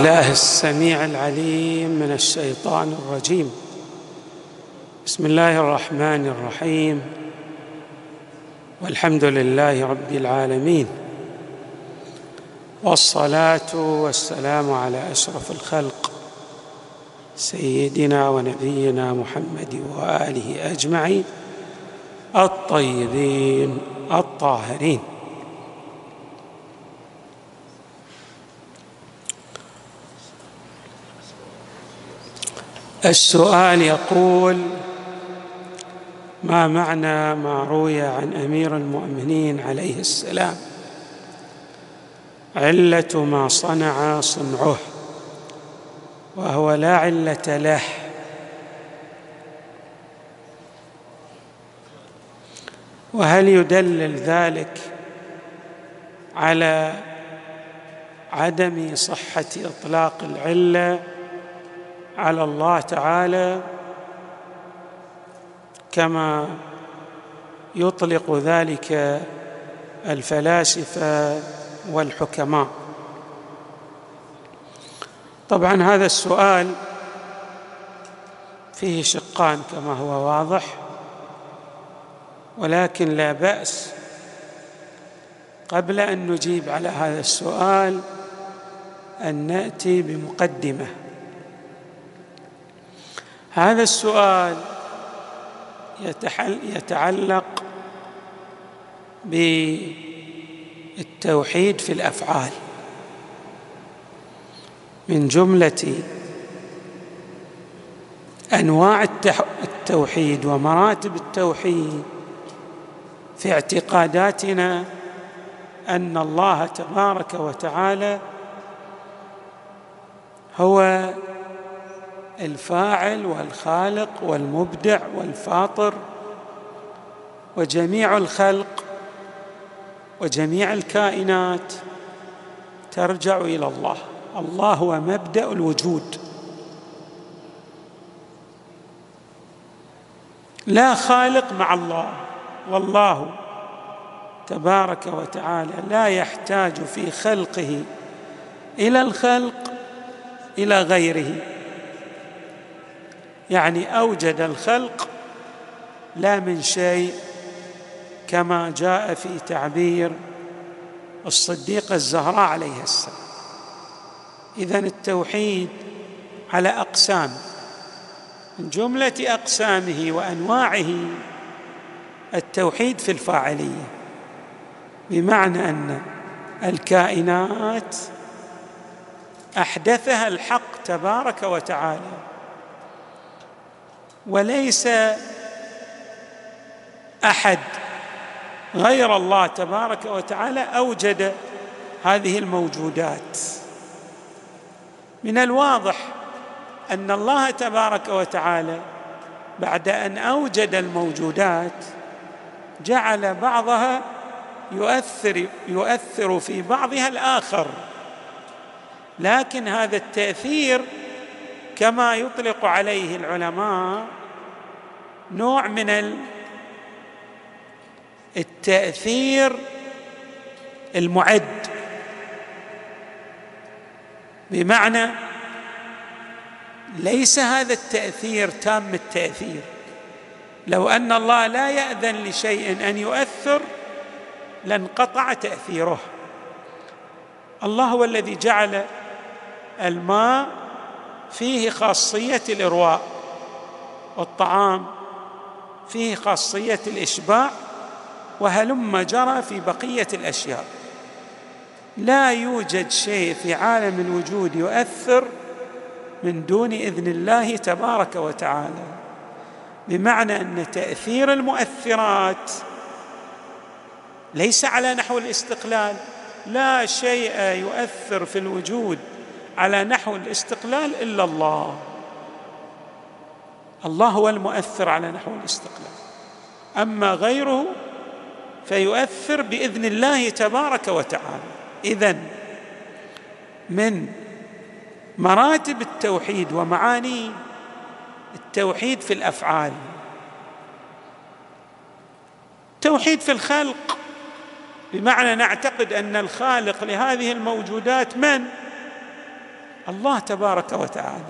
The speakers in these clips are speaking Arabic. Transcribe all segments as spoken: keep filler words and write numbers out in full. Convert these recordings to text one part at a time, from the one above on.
بالله السميع العليم من الشيطان الرجيم. بسم الله الرحمن الرحيم، والحمد لله رب العالمين، والصلاة والسلام على أشرف الخلق سيدنا ونبينا محمد وآله أجمعين الطيبين الطاهرين. السؤال يقول: ما معنى ما روي عن أمير المؤمنين عليه السلام علة ما صنع صنعه وهو لا علة له؟ وهل يدلل ذلك على عدم صحة إطلاق العلة على الله تعالى كما يطلق ذلك الفلاسفة والحكماء؟ طبعا هذا السؤال فيه شقان كما هو واضح، ولكن لا بأس قبل أن نجيب على هذا السؤال أن نأتي بمقدمة. هذا السؤال يتعلق بالتوحيد في الأفعال. من جملة أنواع التوحيد ومراتب التوحيد في اعتقاداتنا أن الله تبارك وتعالى هو الفاعل والخالق والمبدع والفاطر، وجميع الخلق وجميع الكائنات ترجع إلى الله. الله هو مبدأ الوجود، لا خالق مع الله، والله تبارك وتعالى لا يحتاج في خلقه إلى الخلق إلى غيره، يعني أوجد الخلق لا من شيء كما جاء في تعبير الصديقة الزهراء عليها السلام. إذن التوحيد على أقسام، من جملة أقسامه وأنواعه التوحيد في الفاعلية، بمعنى أن الكائنات أحدثها الحق تبارك وتعالى، وليس أحد غير الله تبارك وتعالى أوجد هذه الموجودات. من الواضح أن الله تبارك وتعالى بعد أن أوجد الموجودات جعل بعضها يؤثر يؤثر في بعضها الآخر، لكن هذا التأثير كما يطلق عليه العلماء نوع من التأثير المعد، بمعنى ليس هذا التأثير تام التأثير. لو أن الله لا يأذن لشيء أن يؤثر لانقطع تأثيره. الله هو الذي جعل الماء فيه خاصية الإرواء، والطعام فيه خاصية الإشباع، وهلم جرى في بقية الأشياء. لا يوجد شيء في عالم الوجود يؤثر من دون إذن الله تبارك وتعالى، بمعنى أن تأثير المؤثرات ليس على نحو الاستقلال. لا شيء يؤثر في الوجود على نحو الاستقلال إلا الله. الله هو المؤثر على نحو الاستقلال، أما غيره فيؤثر بإذن الله تبارك وتعالى. إذن من مراتب التوحيد ومعاني التوحيد في الأفعال توحيد في الخلق، بمعنى نعتقد أن الخالق لهذه الموجودات من؟ الله تبارك وتعالى.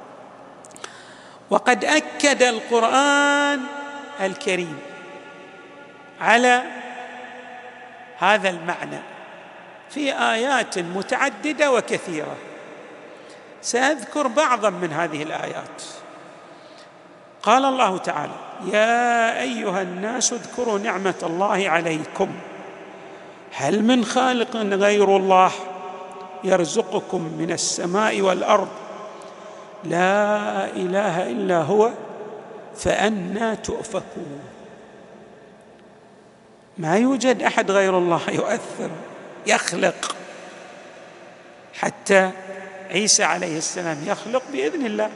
وقد أكد القرآن الكريم على هذا المعنى في آيات متعددة وكثيرة. سأذكر بعضا من هذه الآيات. قال الله تعالى: يا أيها الناس اذكروا نعمة الله عليكم هل من خالق غير الله يرزقكم من السماء والأرض لا إله إلا هو فأنى تؤفكون. ما يوجد أحد غير الله يؤثر يخلق، حتى عيسى عليه السلام يخلق بإذن الله،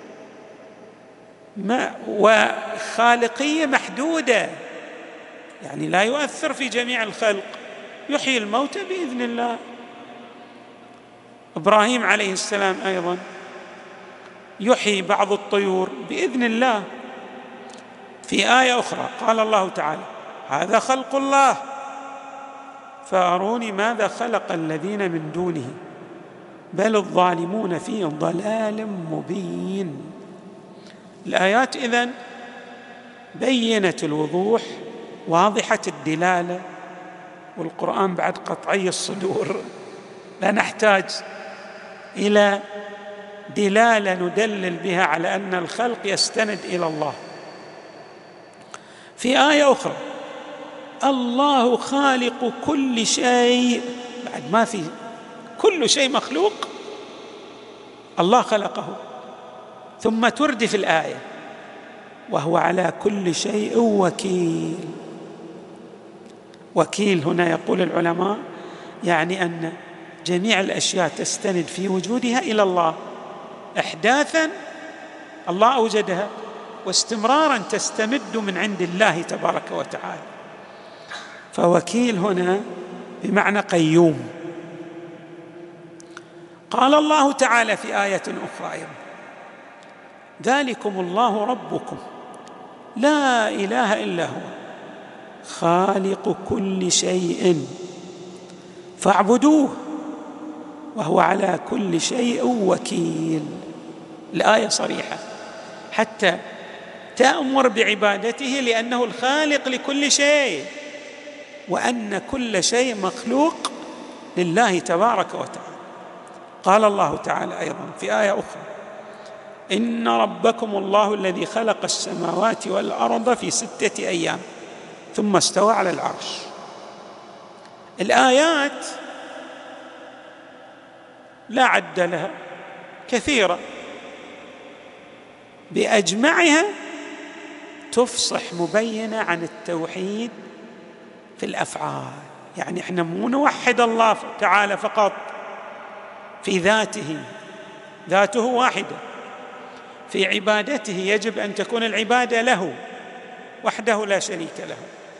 ما وخالقية محدودة، يعني لا يؤثر في جميع الخلق، يحيي الموتى بإذن الله. إبراهيم عليه السلام أيضا يحيي بعض الطيور بإذن الله. في آية أخرى قال الله تعالى: هذا خلق الله فأروني ماذا خلق الذين من دونه بل الظالمون في ضلال مبين. الآيات إذن بينة الوضوح واضحة الدلالة، والقرآن بعد قطعي الصدور، لا نحتاج إلى دلالة ندلل بها على أن الخلق يستند إلى الله. في آية أخرى: الله خالق كل شيء، بعد ما في كل شيء مخلوق الله خلقه، ثم تردف الآية: وهو على كل شيء وكيل. وكيل هنا يقول العلماء يعني أن جميع الأشياء تستند في وجودها إلى الله، إحداثاً الله أوجدها، واستمراراً تستمد من عند الله تبارك وتعالى. فوكيل هنا بمعنى قيوم. قال الله تعالى في آية أخرى أيضا: ذلكم الله ربكم لا إله إلا هو خالق كل شيء فاعبدوه وهو على كل شيء وكيل. الآية صريحة حتى تأمر بعبادته لأنه الخالق لكل شيء، وأن كل شيء مخلوق لله تبارك وتعالى. قال الله تعالى أيضا في آية أخرى: إن ربكم الله الذي خلق السماوات والأرض في ستة أيام ثم استوى على العرش. الآيات لا عد لها، كثيرة، بأجمعها تفصح مبينة عن التوحيد في الأفعال. يعني احنا مو نوحد الله تعالى فقط في ذاته، ذاته واحدة، في عبادته يجب أن تكون العبادة له وحده لا شريك له.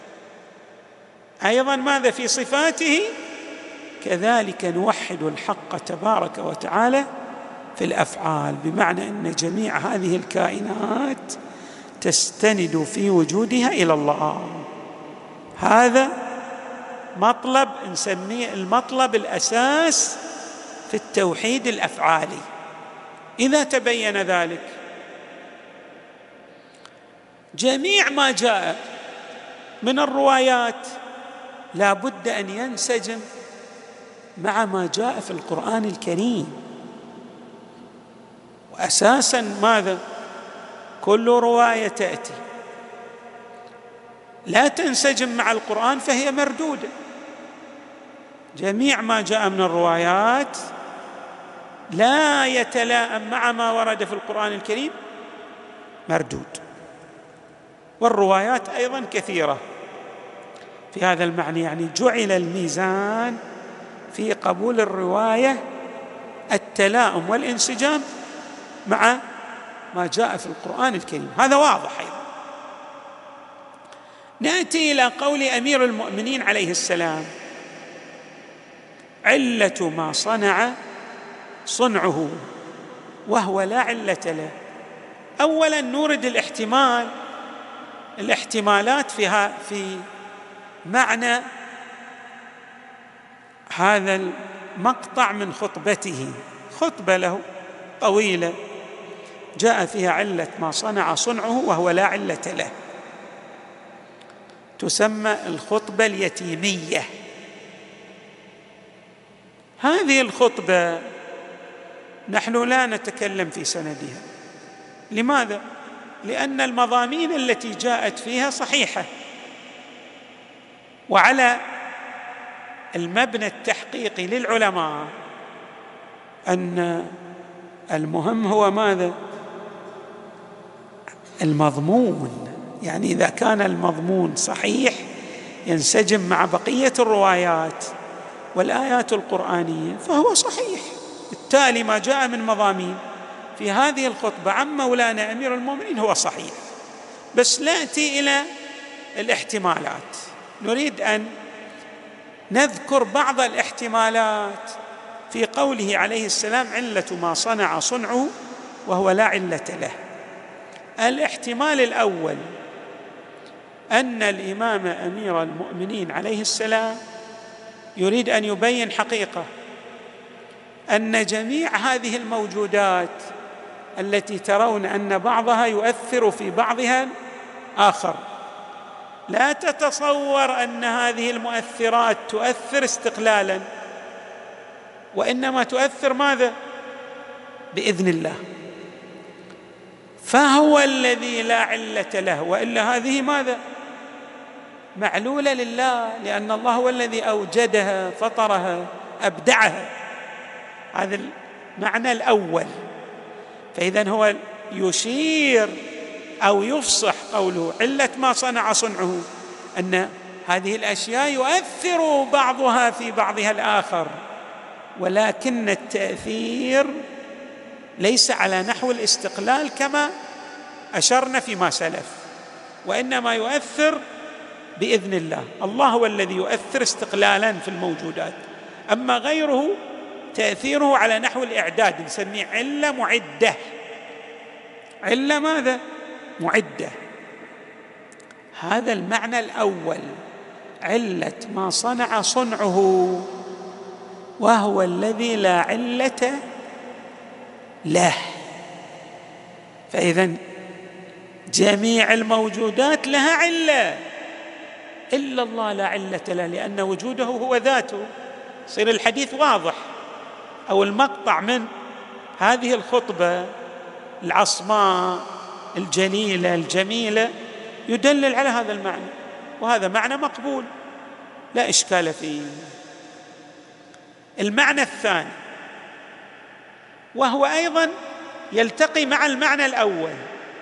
أيضا ماذا في صفاته؟ كذلك نوحد الحق تبارك وتعالى في الأفعال، بمعنى أن جميع هذه الكائنات تستند في وجودها إلى الله. هذا مطلب نسميه المطلب الأساس في التوحيد الأفعالي. إذا تبين ذلك، جميع ما جاء من الروايات لا بد أن ينسجم مع ما جاء في القرآن الكريم. وأساساً ماذا؟ كل رواية تأتي لا تنسجم مع القرآن فهي مردودة. جميع ما جاء من الروايات لا يتلائم مع ما ورد في القرآن الكريم مردود. والروايات أيضاً كثيرة في هذا المعنى، يعني جعل الميزان في قبول الرواية التلائم والانسجام مع ما جاء في القرآن الكريم. هذا واضح. أيضا نأتي إلى قول أمير المؤمنين عليه السلام: علة ما صنع صنعه وهو لا علة له. أولا نورد الاحتمال الاحتمالات فيها في معنى هذا المقطع من خطبته. خطبة له طويلة جاء فيها علة ما صنع صنعه وهو لا علة له، تسمى الخطبة اليتيمية. هذه الخطبة نحن لا نتكلم في سندها. لماذا؟ لأن المضامين التي جاءت فيها صحيحة، وعلى المبنى التحقيقي للعلماء أن المهم هو ماذا؟ المضمون. يعني إذا كان المضمون صحيح ينسجم مع بقية الروايات والآيات القرآنية فهو صحيح. بالتالي ما جاء من مضامين في هذه الخطبة عن مولانا أمير المؤمنين هو صحيح. بس نأتي إلى الاحتمالات، نريد أن نذكر بعض الاحتمالات في قوله عليه السلام علة ما صنع صنعه وهو لا علة له. الاحتمال الأول أن الإمام أمير المؤمنين عليه السلام يريد أن يبين حقيقة أن جميع هذه الموجودات التي ترون أن بعضها يؤثر في بعضها آخر، لا تتصور أن هذه المؤثرات تؤثر استقلالا، وإنما تؤثر ماذا؟ بإذن الله. فهو الذي لا علة له، وإلا هذه ماذا؟ معلولة لله، لأن الله هو الذي أوجدها فطرها أبدعها. هذا المعنى الأول. فإذن هو يشير أو يفصح قوله علة ما صنع صنعه أن هذه الأشياء يؤثر بعضها في بعضها الآخر، ولكن التأثير ليس على نحو الاستقلال كما أشرنا فيما سلف، وإنما يؤثر بإذن الله. الله هو الذي يؤثر استقلالا في الموجودات، أما غيره تأثيره على نحو الإعداد، نسميه علة معدة. علة ماذا؟ معدة. هذا المعنى الأول، علة ما صنع صنعه وهو الذي لا علة له. فإذن جميع الموجودات لها علة إلا الله لا علة له، لأن وجوده هو ذاته. يصير الحديث واضح، أو المقطع من هذه الخطبة العصماء الجليلة الجميلة يدلل على هذا المعنى، وهذا معنى مقبول لا إشكال فيه. المعنى الثاني وهو أيضا يلتقي مع المعنى الأول،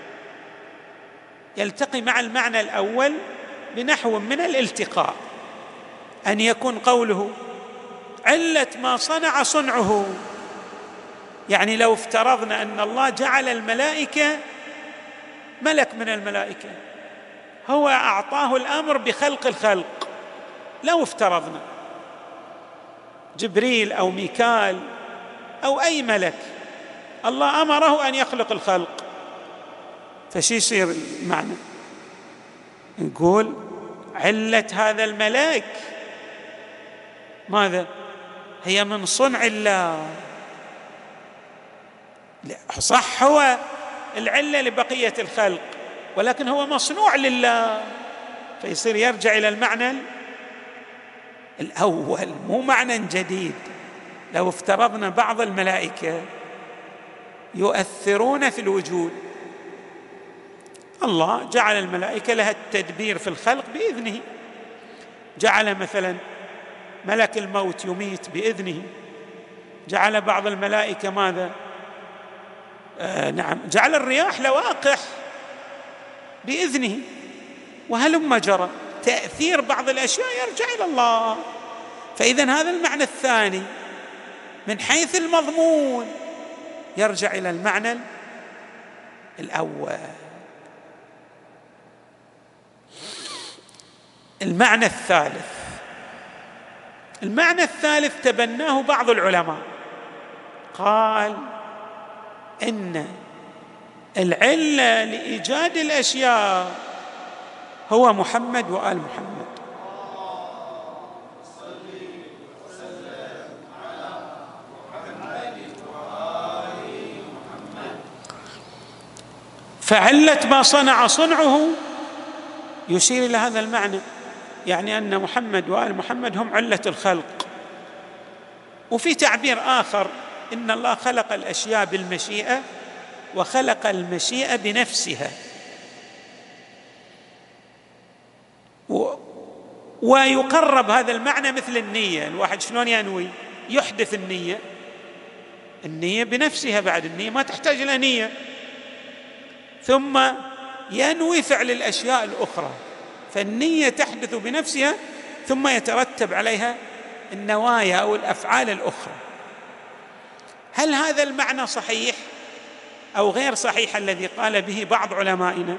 يلتقي مع المعنى الأول بنحو من الالتقاء، أن يكون قوله علة ما صنع صنعه، يعني لو افترضنا أن الله جعل الملائكة ملك من الملائكة هو أعطاه الأمر بخلق الخلق، لو افترضنا جبريل أو ميكال أو أي ملك الله أمره أن يخلق الخلق، فشي يصير المعنى؟ نقول علة هذا الملاك ماذا؟ هي من صنع الله. صح هو العلة لبقية الخلق، ولكن هو مصنوع لله، فيصير يرجع إلى المعنى الأول، مو معنى جديد. لو افترضنا بعض الملائكة يؤثرون في الوجود، الله جعل الملائكة لها التدبير في الخلق بإذنه، جعل مثلا ملك الموت يميت بإذنه، جعل بعض الملائكة ماذا؟ آه نعم، جعل الرياح لواقح بإذنه، وهلم جرى. تأثير بعض الأشياء يرجع إلى الله. فإذن هذا المعنى الثاني من حيث المضمون يرجع إلى المعنى الأول. المعنى الثالث، المعنى الثالث تبناه بعض العلماء، قال إن العلة لإيجاد الأشياء هو محمد وآل محمد. فعلة ما صنع صنعه يشير إلى هذا المعنى، يعني أن محمد وآل محمد هم علة الخلق. وفي تعبير آخر إن الله خلق الأشياء بالمشيئة وخلق المشيئة بنفسها، و ويقرب هذا المعنى مثل النية. الواحد شلون ينوي؟ يحدث النية، النية بنفسها، بعد النية ما تحتاج إلى نية، ثم ينوي فعل الأشياء الأخرى، فالنية تحدث بنفسها ثم يترتب عليها النوايا أو الأفعال الأخرى. هل هذا المعنى صحيح أو غير صحيح الذي قال به بعض علمائنا؟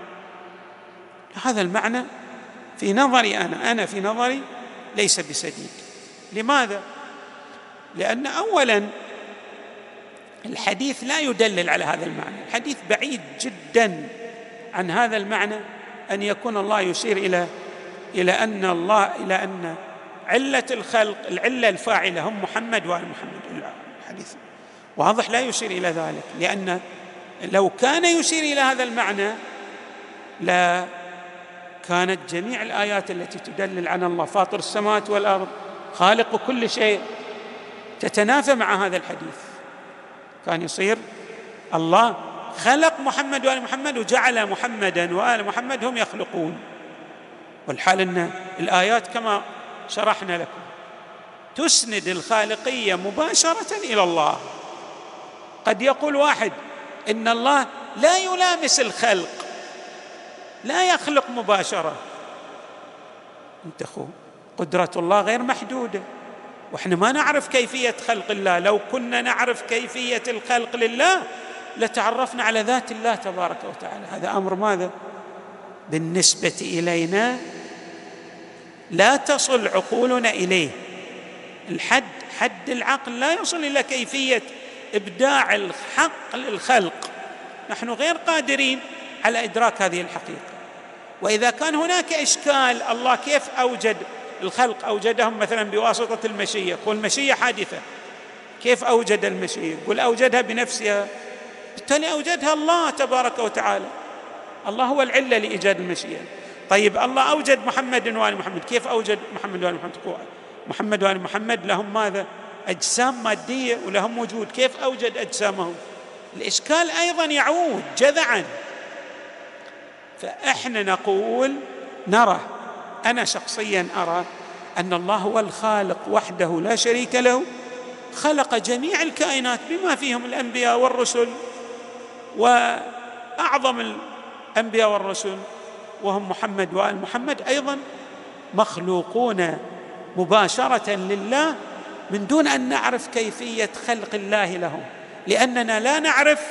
هذا المعنى في نظري أنا أنا في نظري ليس بسديد. لماذا؟ لأن أولاً الحديث لا يدلل على هذا المعنى، الحديث بعيد جداً عن هذا المعنى، أن يكون الله يشير إلى إلى أن الله إلى أن علة الخلق، العلة الفاعلة هم محمد وآل محمد. الحديث واضح لا يشير إلى ذلك، لأن لو كان يشير إلى هذا المعنى لا كانت جميع الآيات التي تدلل على الله فاطر السماوات والأرض خالق كل شيء تتنافى مع هذا الحديث. كان يصير الله خلق محمد وآل محمد وجعل محمدا وآل محمد هم يخلقون، والحال أن الآيات كما شرحنا لكم تسند الخالقية مباشرة إلى الله. قد يقول واحد إن الله لا يلامس الخلق، لا يخلق مباشرة. انتخوا قدرة الله غير محدودة، وإحنا ما نعرف كيفية خلق الله. لو كنا نعرف كيفية الخلق لله لتعرفنا على ذات الله تبارك وتعالى. هذا أمر ماذا؟ بالنسبة إلينا لا تصل عقولنا إليه، الحد حد العقل لا يصل إلى كيفية إبداع الحق للخلق. نحن غير قادرين على إدراك هذه الحقيقة. وإذا كان هناك إشكال، الله كيف أوجد الخلق؟ أوجدهم مثلا بواسطة المشيئة، قل المشيئة حادثة، كيف أوجد المشيئة؟ قل أوجدها بنفسها، بالتالي أوجدها الله تبارك وتعالى. الله هو العلة لإيجاد المشيئة. طيب الله أوجد محمد وآل محمد، كيف أوجد محمد وآل محمد؟ محمد وآل محمد لهم ماذا؟ أجسام مادية ولهم وجود، كيف أوجد أجسامهم؟ الإشكال أيضا يعود جذعا. فإحنا نقول نرى، أنا شخصيا أرى أن الله هو الخالق وحده لا شريك له، خلق جميع الكائنات بما فيهم الأنبياء والرسل، وأعظم الأنبياء والرسل وهم محمد وآل محمد أيضا مخلوقون مباشرة لله من دون أن نعرف كيفية خلق الله لهم، لأننا لا نعرف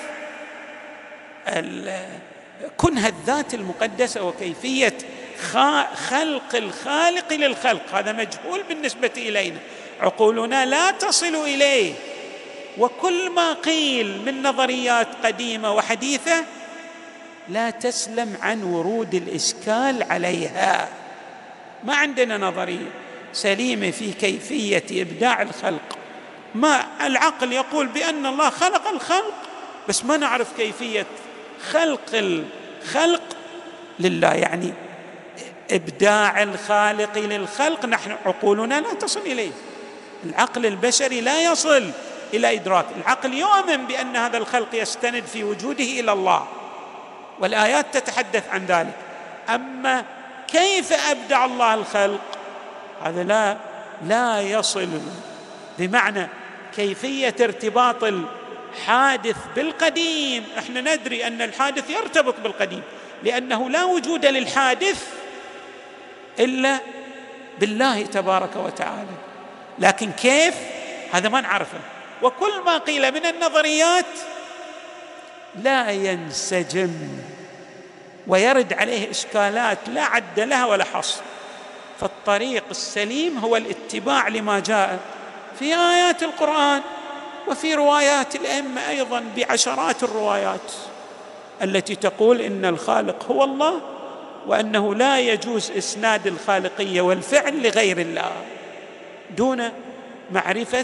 كنه الذات المقدسة وكيفية خلق الخالق للخلق. هذا مجهول بالنسبة إلينا، عقولنا لا تصل إليه. وكل ما قيل من نظريات قديمة وحديثة لا تسلم عن ورود الإشكال عليها. ما عندنا نظرية سليمة في كيفية إبداع الخلق. ما العقل يقول بأن الله خلق الخلق، بس ما نعرف كيفية خلق الخلق لله، يعني إبداع الخالق للخلق نحن عقولنا لا تصل إليه. العقل البشري لا يصل إلى إدراك. العقل يؤمن بأن هذا الخلق يستند في وجوده إلى الله، والآيات تتحدث عن ذلك. أما كيف أبدع الله الخلق هذا لا لا يصل، بمعنى كيفية ارتباط الحادث بالقديم. احنا ندري أن الحادث يرتبط بالقديم، لأنه لا وجود للحادث إلا بالله تبارك وتعالى، لكن كيف هذا ما نعرفه. وكل ما قيل من النظريات لا ينسجم ويرد عليه إشكالات لا عد لها ولا حصر. فالطريق السليم هو الاتباع لما جاء في آيات القرآن وفي روايات الأئمة أيضا بعشرات الروايات التي تقول إن الخالق هو الله، وأنه لا يجوز إسناد الخالقية والفعل لغير الله دون معرفة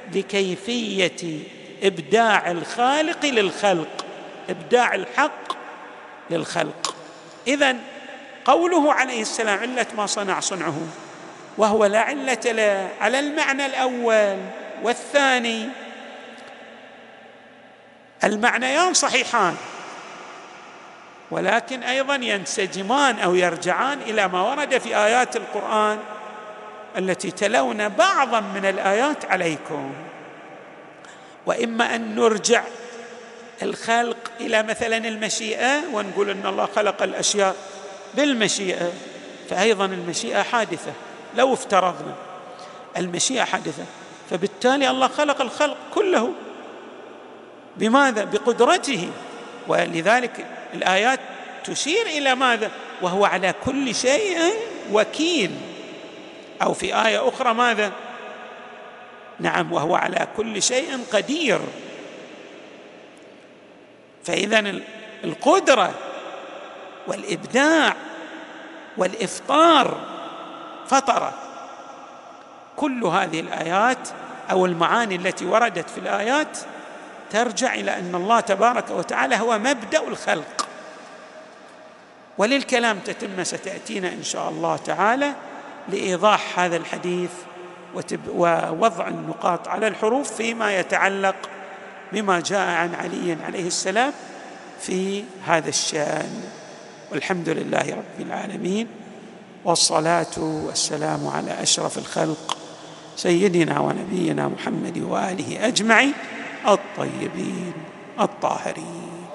لكيفية إبداع الخالق للخلق، إبداع الحق للخلق. إذن قوله عليه السلام علة ما صنع صنعه، وهو لا علة له، على المعنى الأول والثاني المعنيان صحيحان، ولكن أيضا ينسجمان أو يرجعان إلى ما ورد في آيات القرآن التي تلونا بعضا من الآيات عليكم. وإما أن نرجع الخلق إلى مثلا المشيئة ونقول أن الله خلق الأشياء بالمشيئة، فأيضا المشيئة حادثة. لو افترضنا المشيئة حادثة، فبالتالي الله خلق الخلق كله بماذا؟ بقدرته. ولذلك الآيات تشير إلى ماذا؟ وهو على كل شيء وكيل. أو في آية أخرى ماذا؟ نعم، وهو على كل شيء قدير. فإذن القدرة والإبداع والإفطار فطرة، كل هذه الآيات أو المعاني التي وردت في الآيات ترجع إلى أن الله تبارك وتعالى هو مبدأ الخلق. وللكلام تتمة ستأتينا إن شاء الله تعالى لإيضاح هذا الحديث ووضع النقاط على الحروف فيما يتعلق بما جاء عن علي عليه السلام في هذا الشأن. والحمد لله رب العالمين، والصلاة والسلام على أشرف الخلق سيدنا ونبينا محمد وآله أجمعين الطيبين الطاهرين.